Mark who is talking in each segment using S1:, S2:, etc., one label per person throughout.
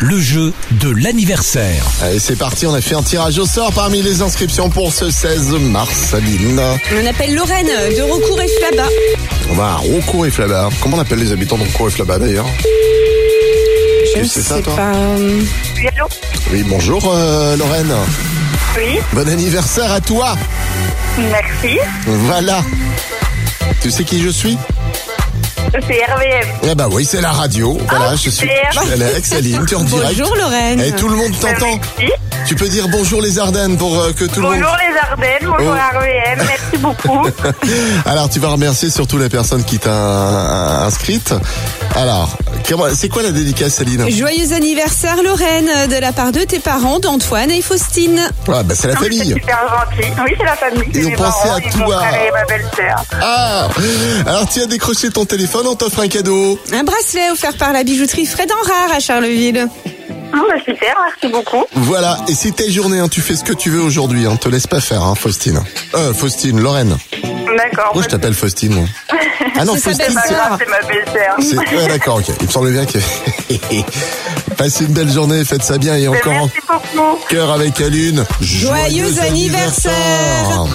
S1: le jeu de l'anniversaire.
S2: Allez, c'est parti, on a fait un tirage au sort parmi les inscriptions pour ce 16 mars, Aline.
S3: On appelle Lorraine de Rocourt et Flaba.
S2: On va à Rocourt et Flaba. Comment on appelle les habitants de Rocourt et Flaba d'ailleurs?
S3: Je
S2: sais
S3: sais
S2: ça, toi?
S3: pas.
S4: Oui, allô?
S2: Oui, bonjour Lorraine.
S4: Oui,
S2: Bon anniversaire à toi.
S4: merci.
S2: Voilà. Tu sais qui je suis?
S4: C'est RVM.
S2: Eh bah oui, c'est la radio. Voilà, je suis
S4: super.
S2: Alex, Aline, tu es en direct.
S3: Bonjour Lorraine.
S2: Et tout le monde t'entend.
S4: Merci.
S2: Tu peux dire bonjour les Ardennes pour que tout le monde...
S4: Bonjour les Ardennes, bonjour
S2: Oh.
S4: RVM, merci beaucoup.
S2: Alors, tu vas remercier surtout la personne qui t'a inscrite. Alors, c'est quoi la dédicace, Aline?
S3: Joyeux anniversaire Lorraine de la part de tes parents, d'Antoine et Faustine.
S2: Ah, bah c'est la
S4: C'est
S2: famille.
S4: super gentil. Oui, c'est la famille.
S2: Ils
S4: c'est
S2: ont
S4: mes
S2: pensé
S4: parents,
S2: à
S4: et mon
S2: toi.
S4: frère et ma belle-sœur.
S2: Ah, alors tu as décroché ton téléphone, on t'offre un cadeau.
S3: Un bracelet offert par la bijouterie Fred en Rare à Charleville.
S4: Ah, bah, super, merci beaucoup.
S2: Voilà, et c'est ta journée, hein, tu fais ce que tu veux aujourd'hui, hein, te laisse pas faire, hein, Faustine. Lorraine.
S4: D'accord.
S2: Moi je t'appelle Faustine, moi. Ah non,
S3: C'est sa
S2: Faustine,
S4: C'est pas
S3: belle-sœur.
S4: grave, c'est ma belle-sœur.
S2: Ouais, d'accord, ok. Il me semble bien que... Passez une belle journée, faites ça bien et
S4: Mais
S2: encore en
S4: merci beaucoup.
S2: cœur avec Aline.
S3: Joyeux anniversaire.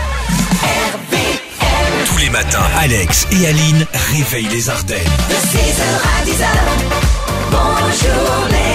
S1: Tous les matins, Alex et Aline réveillent les Ardennes.
S5: De 6h à 10h, bonjour les